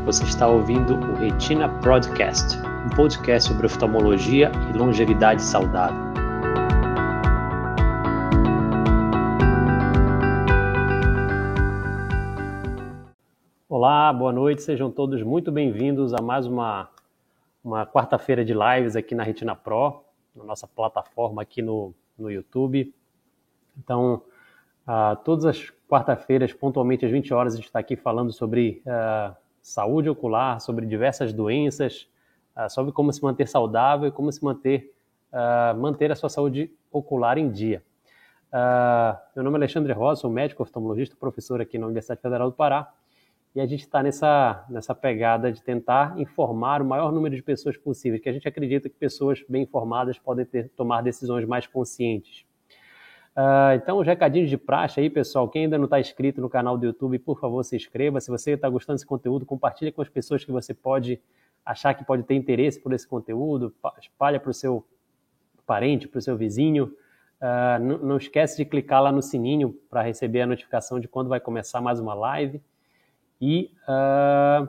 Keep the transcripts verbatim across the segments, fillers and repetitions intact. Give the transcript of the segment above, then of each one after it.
Você está ouvindo o Retina Podcast, um podcast sobre oftalmologia e longevidade saudável. Olá, boa noite, sejam todos muito bem-vindos a mais uma, uma quarta-feira de lives aqui na Retina Pro, na nossa plataforma aqui no, no YouTube. Então, uh, todas as quarta-feiras, pontualmente às vinte horas, a gente está aqui falando sobre uh, saúde ocular, sobre diversas doenças, uh, sobre como se manter saudável e como se manter, uh, manter a sua saúde ocular em dia. Uh, meu nome é Alexandre Rosa, sou médico oftalmologista, professor aqui na Universidade Federal do Pará, e a gente está nessa, nessa pegada de tentar informar o maior número de pessoas possível, que a gente acredita que pessoas bem informadas podem ter, tomar decisões mais conscientes. Uh, então, os recadinhos de praxe aí, pessoal, quem ainda não está inscrito no canal do YouTube, por favor, se inscreva. Se você está gostando desse conteúdo, compartilhe com as pessoas que você pode achar que pode ter interesse por esse conteúdo, espalha para o seu parente, para o seu vizinho. Uh, não, não esquece de clicar lá no sininho para receber a notificação de quando vai começar mais uma live. E uh,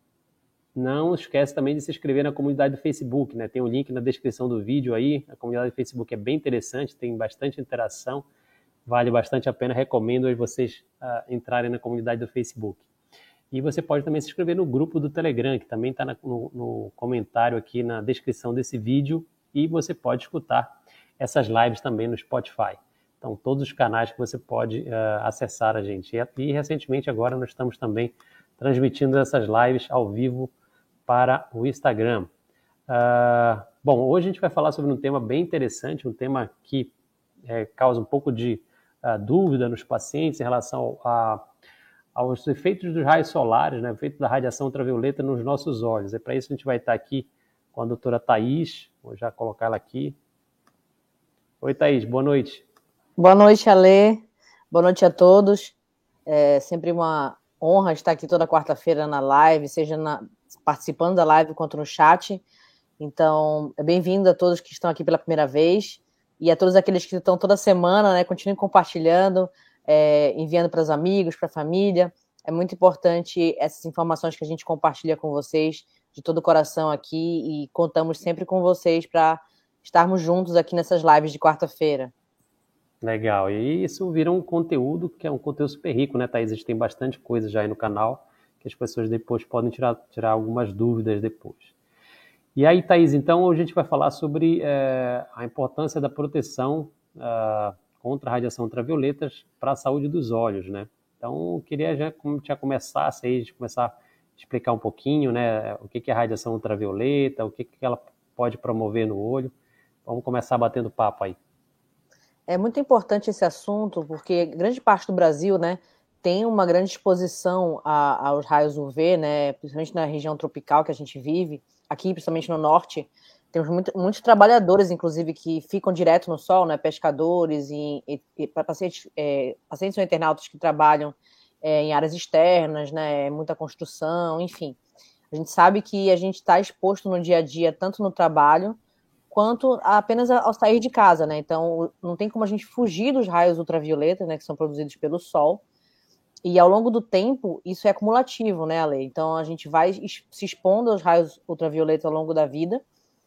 não esquece também de se inscrever na comunidade do Facebook, né? Tem um link na descrição do vídeo aí. A comunidade do Facebook é bem interessante, tem bastante interação, vale bastante a pena. Recomendo aí vocês uh, entrarem na comunidade do Facebook. E você pode também se inscrever no grupo do Telegram, que também está no, no comentário aqui na descrição desse vídeo, e você pode escutar essas lives também no Spotify. Então, todos os canais que você pode uh, acessar a gente. E, e, recentemente, agora, nós estamos também transmitindo essas lives ao vivo para o Instagram. Uh, bom, hoje a gente vai falar sobre um tema bem interessante, um tema que é, causa um pouco de uh, dúvida nos pacientes em relação a, aos efeitos dos raios solares, né, o efeito da radiação ultravioleta nos nossos olhos. É para isso que a gente vai estar aqui com a doutora Thaís. Vou já colocar ela aqui. Oi, Thaís, boa noite. Boa noite, Alê. Boa noite a todos. É sempre uma honra estar aqui toda quarta-feira na live, seja na, participando da live quanto no chat. Então, é bem-vindo a todos que estão aqui pela primeira vez e a todos aqueles que estão toda semana, né? Continuem compartilhando, é, enviando para os amigos, para a família. É muito importante essas informações que a gente compartilha com vocês de todo o coração aqui e contamos sempre com vocês para estarmos juntos aqui nessas lives de quarta-feira. Legal, e isso vira um conteúdo que é um conteúdo super rico, né, Thaís? A gente tem bastante coisa já aí no canal, que as pessoas depois podem tirar, tirar algumas dúvidas depois. E aí, Thaís, então hoje a gente vai falar sobre é, a importância da proteção uh, contra a radiação ultravioleta para a saúde dos olhos, né? Então, eu queria já, como já começasse aí, a gente começar a explicar um pouquinho, né, o que que é a radiação ultravioleta, o que que ela pode promover no olho. Vamos começar batendo papo aí. É muito importante esse assunto, porque grande parte do Brasil, né, tem uma grande exposição a, aos raios U V, né, principalmente na região tropical que a gente vive, aqui principalmente no norte, temos muito, muitos trabalhadores, inclusive, que ficam direto no sol, né, pescadores e, e, e pacientes, é, pacientes ou internautas que trabalham é, em áreas externas, né, muita construção, enfim. A gente sabe que a gente está exposto no dia a dia, tanto no trabalho, quanto apenas ao sair de casa, né? Então, não tem como a gente fugir dos raios ultravioleta, né, que são produzidos pelo sol. E ao longo do tempo, isso é acumulativo, né, Ale? Então, a gente vai se expondo aos raios ultravioleta ao longo da vida.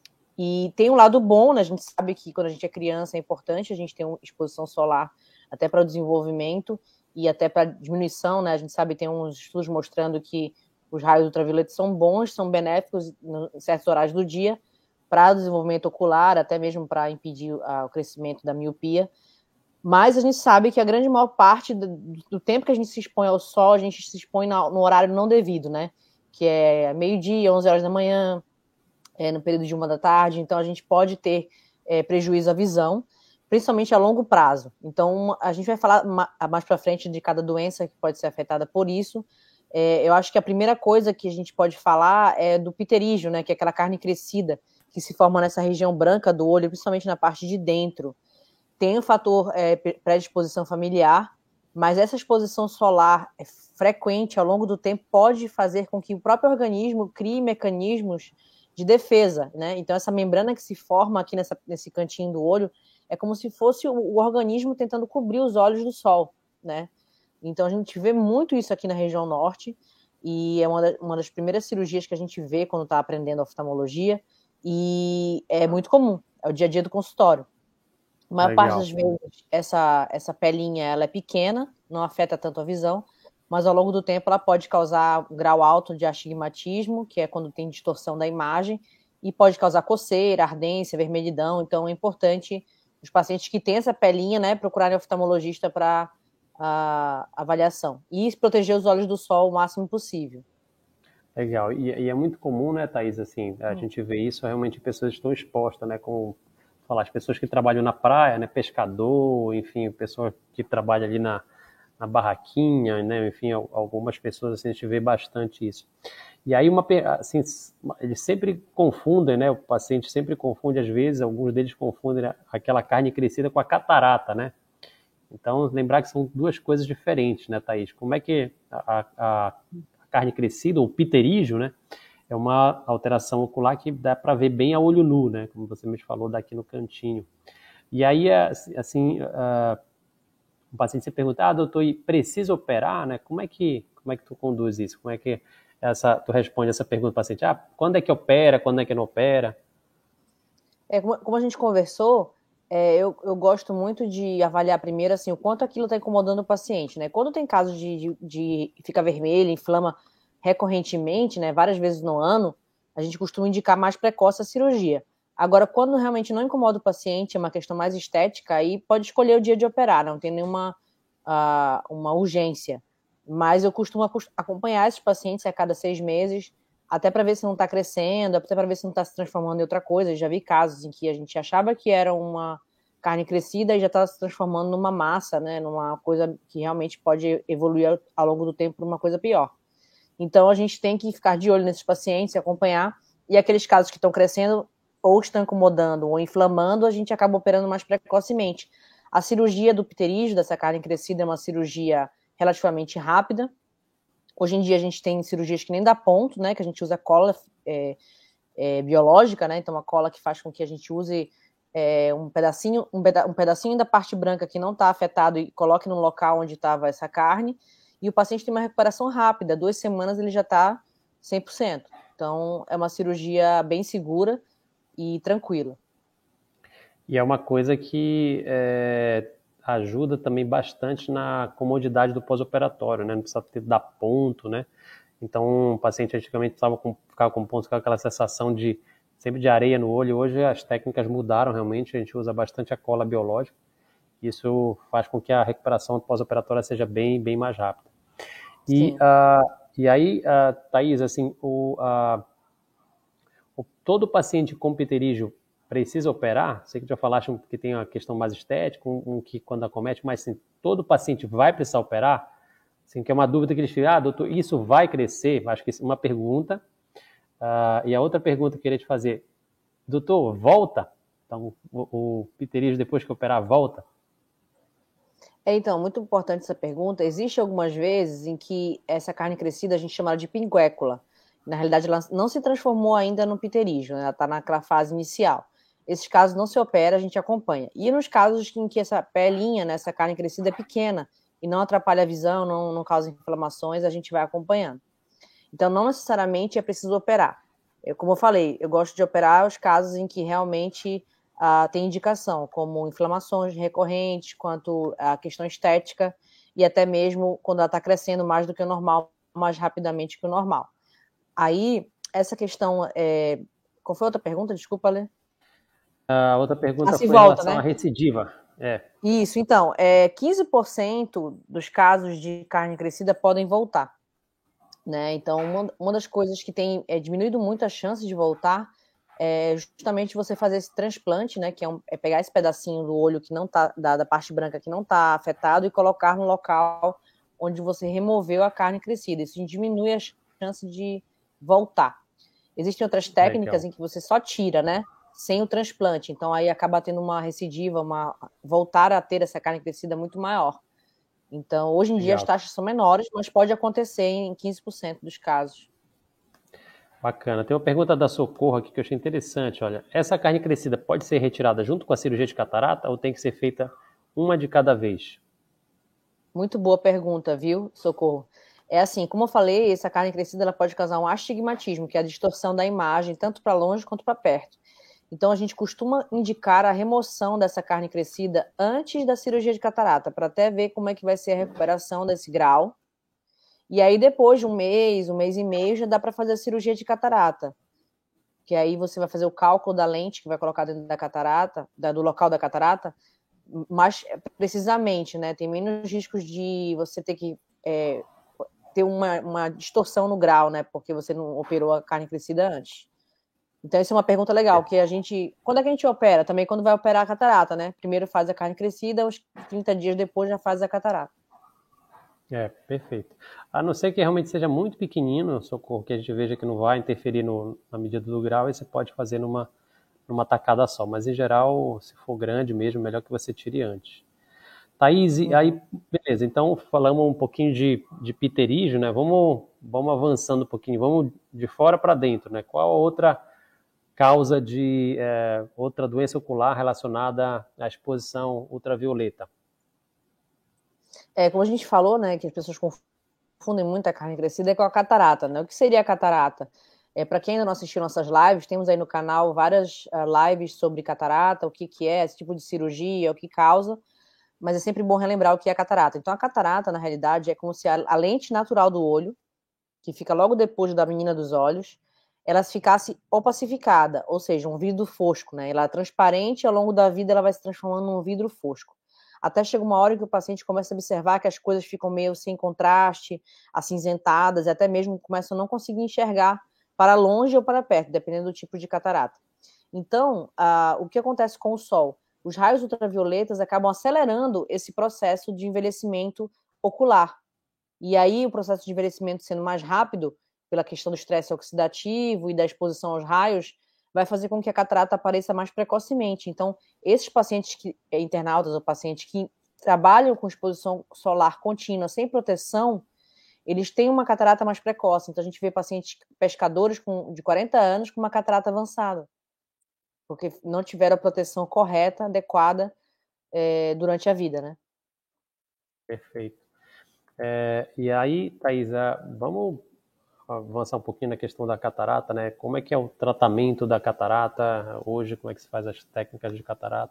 E tem um lado bom, né? A gente sabe que quando a gente é criança é importante a gente ter uma exposição solar até para o desenvolvimento e até para diminuição, né? A gente sabe, tem uns estudos mostrando que os raios ultravioleta são bons, são benéficos em certos horários do dia, para o desenvolvimento ocular, até mesmo para impedir o crescimento da miopia. Mas a gente sabe que a grande maior parte do, do tempo que a gente se expõe ao sol, a gente se expõe no, no horário não devido, né? Que é meio-dia, onze horas da manhã, é, no período de uma da tarde. Então, a gente pode ter é, prejuízo à visão, principalmente a longo prazo. Então, a gente vai falar mais para frente de cada doença que pode ser afetada por isso. É, eu acho que a primeira coisa que a gente pode falar é do pterígio, né? Que é aquela carne crescida que se forma nessa região branca do olho, principalmente na parte de dentro. Tem o fator é, predisposição familiar, mas essa exposição solar é frequente ao longo do tempo pode fazer com que o próprio organismo crie mecanismos de defesa, né? Então, essa membrana que se forma aqui nessa, nesse cantinho do olho é como se fosse o, o organismo tentando cobrir os olhos do sol, né? Então, a gente vê muito isso aqui na região norte. e é uma, da, uma das primeiras cirurgias que a gente vê quando está aprendendo oftalmologia, e é muito comum, é o dia a dia do consultório. A maior Legal. parte das vezes, essa, essa pelinha ela é pequena, não afeta tanto a visão, mas ao longo do tempo ela pode causar um grau alto de astigmatismo, que é quando tem distorção da imagem, e pode causar coceira, ardência, vermelhidão. Então é importante os pacientes que têm essa pelinha, né, procurarem oftalmologista para a avaliação. E proteger os olhos do sol o máximo possível. Legal. E, e é muito comum, né, Thaís, assim, a hum. gente vê isso realmente em pessoas que estão expostas, né, com, falar, as pessoas que trabalham na praia, né, pescador, enfim, pessoa que trabalha ali na, na barraquinha, né, enfim, algumas pessoas, assim, a gente vê bastante isso. E aí, uma, assim, eles sempre confundem, né, o paciente sempre confunde, às vezes, alguns deles confundem aquela carne crescida com a catarata, né? Então, lembrar que são duas coisas diferentes, né, Thaís? Como é que a, a, a carne crescida, ou pterígio, né, é uma alteração ocular que dá para ver bem a olho nu, né, como você me falou daqui no cantinho. E aí, assim, uh, o paciente se pergunta, ah, doutor, precisa operar, né? Como é que, como é que tu conduz isso? Como é que essa, tu responde essa pergunta para o paciente? Ah, quando é que opera, quando é que não opera? É, como, como a gente conversou, é, eu, eu gosto muito de avaliar primeiro assim, o quanto aquilo está incomodando o paciente, né? Quando tem casos de, de, de fica vermelho, inflama recorrentemente, né, várias vezes no ano, a gente costuma indicar mais precoce a cirurgia. Agora, quando realmente não incomoda o paciente, é uma questão mais estética, aí pode escolher o dia de operar, não tem nenhuma uh, uma urgência. Mas eu costumo acompanhar esses pacientes a cada seis meses, até para ver se não está crescendo, até para ver se não está se transformando em outra coisa. Eu já vi casos em que a gente achava que era uma carne crescida e já está se transformando numa massa, né, numa coisa que realmente pode evoluir ao longo do tempo para uma coisa pior. Então, a gente tem que ficar de olho nesses pacientes e acompanhar. E aqueles casos que estão crescendo ou estão incomodando ou inflamando, a gente acaba operando mais precocemente. A cirurgia do pterígio, dessa carne crescida, é uma cirurgia relativamente rápida. Hoje em dia a gente tem cirurgias que nem dá ponto, né, que a gente usa cola é, é, biológica, né, então uma cola que faz com que a gente use é, um, pedacinho, um, peda- um pedacinho da parte branca que não está afetado e coloque no local onde estava essa carne, e o paciente tem uma recuperação rápida, duas semanas ele já está cem por cento. Então é uma cirurgia bem segura e tranquila. E é uma coisa que é, ajuda também bastante na comodidade do pós-operatório, né? Não precisa ter, dar ponto, né? Então, o paciente antigamente estava com, ficava com ponto, ficava aquela sensação de sempre de areia no olho. Hoje as técnicas mudaram realmente, a gente usa bastante a cola biológica. Isso faz com que a recuperação pós-operatória seja bem, bem mais rápida. E, uh, e aí, uh, Thaís, assim, o, uh, o, todo paciente com pterígio precisa operar? Sei que já falaste que tem uma questão mais estética, um, um que quando acomete, mas assim, todo paciente vai precisar operar? Assim, que é uma dúvida que eles ficam, ah, doutor, isso vai crescer? Acho que isso é uma pergunta. Uh, e a outra pergunta que eu queria te fazer, doutor, volta? Então, o, o pterígio depois que operar, volta? É, então, muito importante essa pergunta. Existe algumas vezes em que essa carne crescida a gente chama ela de pinguécula. Na realidade, ela não se transformou ainda no pterígio, né? Ela está naquela fase inicial. Esses casos não se opera, a gente acompanha. E nos casos em que essa pelinha, né, essa carne crescida é pequena e não atrapalha a visão, não, não causa inflamações, a gente vai acompanhando. Então, não necessariamente é preciso operar. Eu, como eu falei, eu gosto de operar os casos em que realmente Uh, tem indicação, como inflamações recorrentes, quanto a questão estética, e até mesmo quando ela está crescendo mais do que o normal, mais rapidamente que o normal. Aí, essa questão... É... Qual foi a outra pergunta? Desculpa, Lê. A outra pergunta ah, foi volta, em relação né? à recidiva. É. Isso, então, é, quinze por cento dos casos de carne crescida podem voltar. Né? Então, uma, uma das coisas que tem é, diminuído muito a chance de voltar é justamente você fazer esse transplante, né, que é, um, é pegar esse pedacinho do olho que não tá, da, da parte branca que não está afetado e colocar no local onde você removeu a carne crescida. Isso diminui a chance de voltar. Existem outras técnicas Legal. Em que você só tira, né, sem o transplante. Então aí acaba tendo uma recidiva, uma voltar a ter essa carne crescida muito maior. Então hoje em Legal. Dia as taxas são menores, mas pode acontecer em quinze por cento dos casos. Bacana. Tem uma pergunta da Socorro aqui que eu achei interessante. Olha, essa carne crescida pode ser retirada junto com a cirurgia de catarata ou tem que ser feita uma de cada vez? Muito boa pergunta, viu, Socorro? É assim, como eu falei, essa carne crescida ela pode causar um astigmatismo, que é a distorção da imagem, tanto para longe quanto para perto. Então, a gente costuma indicar a remoção dessa carne crescida antes da cirurgia de catarata, para até ver como é que vai ser a recuperação desse grau. E aí, depois de um mês, um mês e meio, já dá para fazer a cirurgia de catarata. Que aí você vai fazer o cálculo da lente que vai colocar dentro da catarata, da, do local da catarata, mais precisamente, né? Tem menos riscos de você ter que é, ter uma, uma distorção no grau, né? Porque você não operou a carne crescida antes. Então, isso é uma pergunta legal, que a gente... Quando é que a gente opera? Também quando vai operar a catarata, né? Primeiro faz a carne crescida, uns trinta dias depois já faz a catarata. É, perfeito. A não ser que realmente seja muito pequenino, socorro, que a gente veja que não vai interferir no, na medida do grau, aí você pode fazer numa, numa tacada só. Mas, em geral, se for grande mesmo, melhor que você tire antes. Thaís, uhum. Aí, beleza, então falamos um pouquinho de, de pterígio, né? Vamos, vamos avançando um pouquinho, vamos de fora para dentro, né? Qual a outra causa de é, outra doença ocular relacionada à exposição ultravioleta? É, como a gente falou, né, que as pessoas confundem muito a carne crescida com a catarata, né? O que seria a catarata? É, para quem ainda não assistiu nossas lives, temos aí no canal várias uh, lives sobre catarata, o que, que é, esse tipo de cirurgia, o que causa, mas é sempre bom relembrar o que é a catarata. Então, a catarata, na realidade, é como se a, a lente natural do olho, que fica logo depois da menina dos olhos, ela ficasse opacificada, ou seja, um vidro fosco, né? Ela é transparente e ao longo da vida ela vai se transformando num vidro fosco. Até chega uma hora que o paciente começa a observar que as coisas ficam meio sem contraste, acinzentadas, e até mesmo começa a não conseguir enxergar para longe ou para perto, dependendo do tipo de catarata. Então, uh, o que acontece com o sol? Os raios ultravioletas acabam acelerando esse processo de envelhecimento ocular. E aí, o processo de envelhecimento sendo mais rápido, pela questão do estresse oxidativo e da exposição aos raios, vai fazer com que a catarata apareça mais precocemente. Então, esses pacientes que, internautas ou pacientes que trabalham com exposição solar contínua, sem proteção, eles têm uma catarata mais precoce. Então, a gente vê pacientes pescadores com, de quarenta anos com uma catarata avançada, porque não tiveram a proteção correta, adequada, é, durante a vida, né? Perfeito. É, e aí, Thaisa, vamos avançar um pouquinho na questão da catarata, né? Como é que é o tratamento da catarata hoje? Como é que se faz as técnicas de catarata?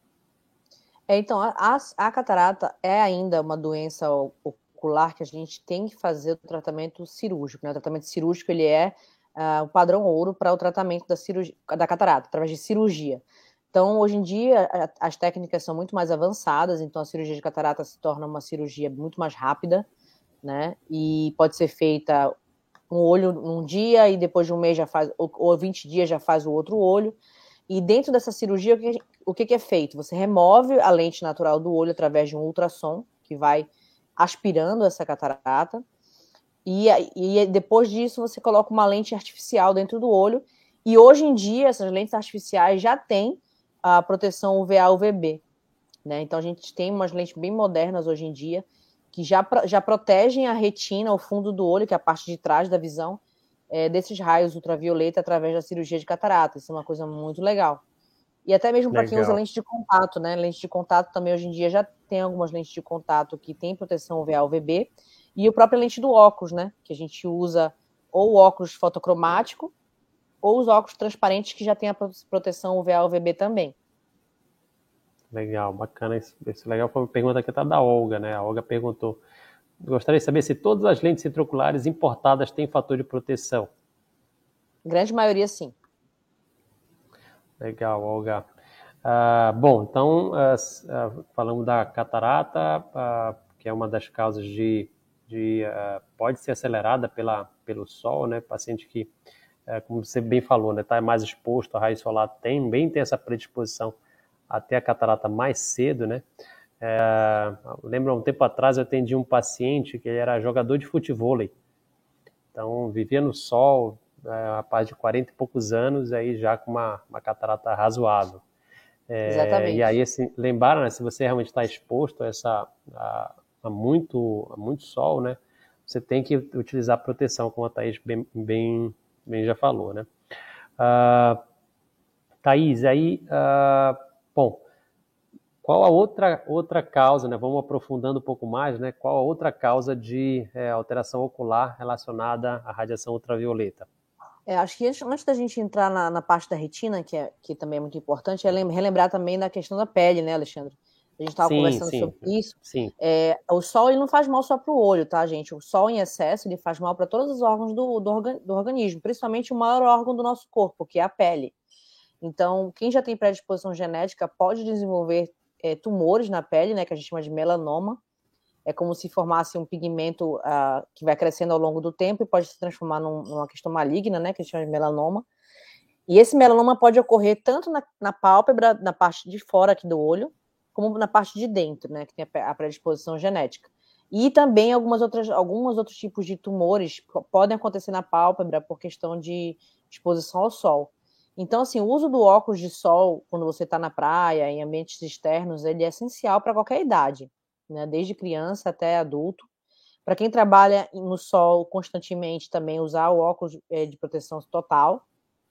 É, então, a, a, a catarata é ainda uma doença ocular que a gente tem que fazer o tratamento cirúrgico, né? O tratamento cirúrgico, ele é uh, o padrão ouro para o tratamento da, cirurgia, da catarata, através de cirurgia. Então, hoje em dia, a, as técnicas são muito mais avançadas, então a cirurgia de catarata se torna uma cirurgia muito mais rápida, né? E pode ser feita um olho num dia e depois de um mês já faz, ou, ou vinte dias já faz o outro olho. E dentro dessa cirurgia, o que, o que é feito? Você remove a lente natural do olho através de um ultrassom, que vai aspirando essa catarata, e, e depois disso você coloca uma lente artificial dentro do olho, e hoje em dia essas lentes artificiais já têm a proteção U V A U V B, né? Então a gente tem umas lentes bem modernas hoje em dia, que já, já protegem a retina, o fundo do olho, que é a parte de trás da visão, é, desses raios ultravioleta através da cirurgia de catarata. Isso é uma coisa muito legal. E até mesmo para quem usa lente de contato, né? Lente de contato também hoje em dia já tem algumas lentes de contato que tem proteção U V A U V B, e a própria lente do óculos, né? Que a gente usa ou o óculos fotocromático ou os óculos transparentes que já tem a proteção U V A U V B também. Legal, bacana. Isso, isso legal foi uma pergunta que tá da Olga, né? A Olga perguntou: gostaria de saber se todas as lentes intraoculares importadas têm fator de proteção. Grande maioria, sim. Legal, Olga. Ah, bom, então, ah, ah, falamos da catarata, ah, que é uma das causas de... de ah, pode ser acelerada pela, pelo sol, né? Paciente que, ah, como você bem falou, né, está mais exposto a raio solar, também tem essa predisposição até a catarata mais cedo, né? É, lembro, um tempo atrás eu atendi um paciente que ele era jogador de futevôlei, então vivia no sol, é, rapaz de quarenta e poucos anos, aí já com uma, uma catarata razoável. É, Exatamente. E aí, assim, lembraram, né, se você realmente está exposto a, essa, a, a, muito, a muito sol, né, você tem que utilizar proteção, como a Thaís bem, bem, bem já falou, né. Uh, Thaís, aí, uh, bom, qual a outra, outra causa, né? Vamos aprofundando um pouco mais, né? Qual a outra causa de é, alteração ocular relacionada à radiação ultravioleta? É, acho que antes, antes da gente entrar na, na parte da retina, que, é, que também é muito importante, é relembrar também da questão da pele, né, Alexandre? A gente estava Sim, conversando sim, sobre isso. sim. É, o sol ele não faz mal só para o olho, tá, gente? O sol em excesso ele faz mal para todos os órgãos do, do, organ, do organismo, principalmente o maior órgão do nosso corpo, que é a pele. Então, quem já tem predisposição genética pode desenvolver é, tumores na pele, né, que a gente chama de melanoma. É como se formasse um pigmento uh, que vai crescendo ao longo do tempo e pode se transformar num, numa questão maligna, né, que a gente chama de melanoma. E esse melanoma pode ocorrer tanto na, na pálpebra, na parte de fora aqui do olho, como na parte de dentro, né, que tem a predisposição genética. E também algumas outras, alguns outros tipos de tumores podem acontecer na pálpebra por questão de exposição ao sol. Então, assim, o uso do óculos de sol, quando você está na praia, em ambientes externos, ele é essencial para qualquer idade, né? Desde criança até adulto. Para quem trabalha no sol constantemente, também usar o óculos de proteção total.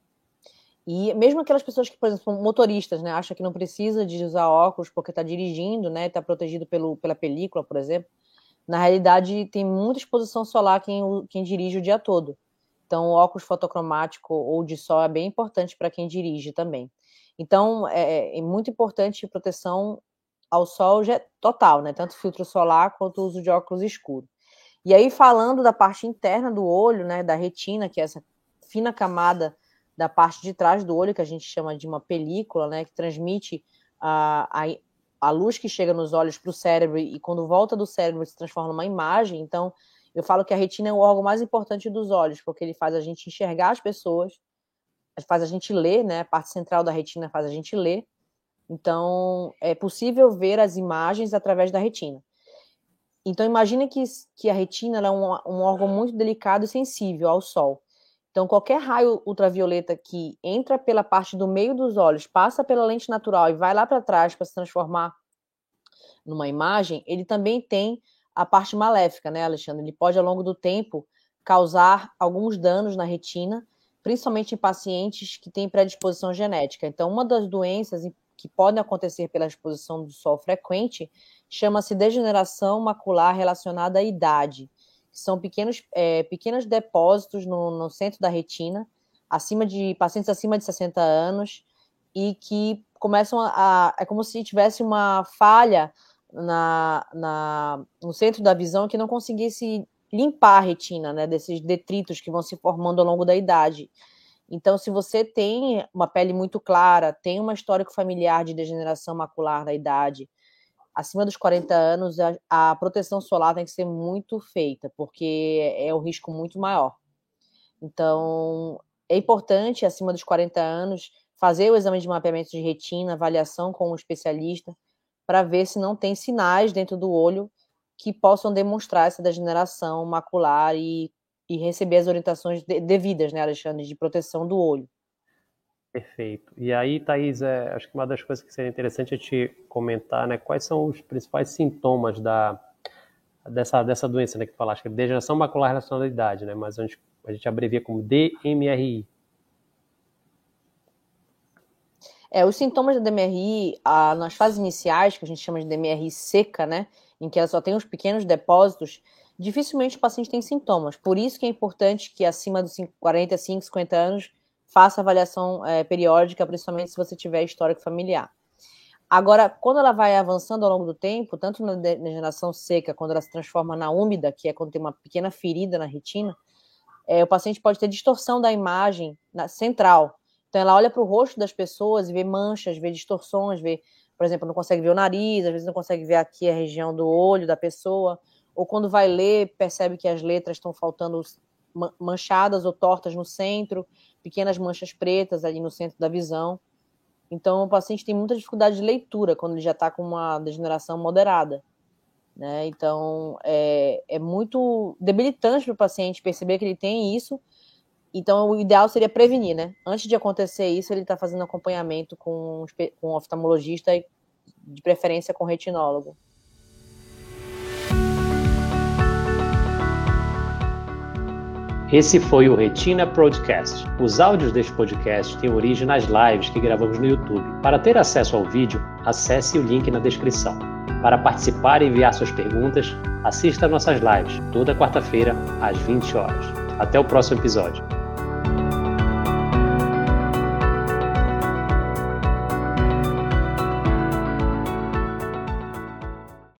E mesmo aquelas pessoas que, por exemplo, são motoristas, né, acham que não precisa de usar óculos porque está dirigindo, né, está protegido pelo, pela película, por exemplo. Na realidade, tem muita exposição solar quem, quem dirige o dia todo. Então, o óculos fotocromático ou de sol é bem importante para quem dirige também. Então, é, é muito importante a proteção ao sol total, né? Tanto filtro solar quanto o uso de óculos escuro. E aí, falando da parte interna do olho, né, da retina, que é essa fina camada da parte de trás do olho, que a gente chama de uma película, né, que transmite a, a, a luz que chega nos olhos para o cérebro e quando volta do cérebro se transforma numa imagem. Então, eu falo que a retina é o órgão mais importante dos olhos, porque ele faz a gente enxergar as pessoas, faz a gente ler, né? A parte central da retina faz a gente ler. Então, é possível ver as imagens através da retina. Então, imagine que, que a retina ela é um, um órgão muito delicado e sensível ao sol. Então, qualquer raio ultravioleta que entra pela parte do meio dos olhos, passa pela lente natural e vai lá para trás para se transformar numa imagem, ele também tem a parte maléfica, né, Alexandre? Ele pode, ao longo do tempo, causar alguns danos na retina, principalmente em pacientes que têm predisposição genética. Então, uma das doenças que podem acontecer pela exposição do sol frequente chama-se degeneração macular relacionada à idade, que são pequenos, é, pequenos depósitos no, no centro da retina, acima de pacientes acima de sessenta anos, e que começam a... é como se tivesse uma falha Na, na, no centro da visão que não conseguisse limpar a retina, né, desses detritos que vão se formando ao longo da idade. Então, se você tem uma pele muito clara, tem uma histórico familiar de degeneração macular da idade, acima dos quarenta anos, a, a proteção solar tem que ser muito feita, porque é um risco muito maior. Então, é importante, acima dos quarenta anos, fazer o exame de mapeamento de retina, avaliação com um especialista, para ver se não tem sinais dentro do olho que possam demonstrar essa degeneração macular e, e receber as orientações de, devidas, né, Alexandre, de proteção do olho. Perfeito. E aí, Thaís, é, acho que uma das coisas que seria interessante é te comentar, né, quais são os principais sintomas da, dessa, dessa doença, né, que tu falaste, que é degeneração macular relacionada à idade, né, mas a gente, a gente abrevia como D M R I. É, os sintomas da D M R I, ah, nas fases iniciais, que a gente chama de D M R I seca, né, em que ela só tem os pequenos depósitos, dificilmente o paciente tem sintomas. Por isso que é importante que acima dos quarenta e cinco, cinquenta anos, faça avaliação é, periódica, principalmente se você tiver histórico familiar. Agora, quando ela vai avançando ao longo do tempo, tanto na degeneração seca, quando ela se transforma na úmida, que é quando tem uma pequena ferida na retina, é, o paciente pode ter distorção da imagem na, central. Então, ela olha para o rosto das pessoas e vê manchas, vê distorções, vê, por exemplo, não consegue ver o nariz, às vezes não consegue ver aqui a região do olho da pessoa, ou quando vai ler, percebe que as letras estão faltando manchadas ou tortas no centro, pequenas manchas pretas ali no centro da visão. Então, o paciente tem muita dificuldade de leitura quando ele já está com uma degeneração moderada. Né? Então, é, é muito debilitante para o paciente perceber que ele tem isso. Então, o ideal seria prevenir, né? Antes de acontecer isso, ele está fazendo acompanhamento com, com um oftalmologista, de preferência com retinólogo. Esse foi o Retina Podcast. Os áudios deste podcast têm origem nas lives que gravamos no YouTube. Para ter acesso ao vídeo, acesse o link na descrição. Para participar e enviar suas perguntas, assista a nossas lives toda quarta-feira às vinte horas. Até o próximo episódio.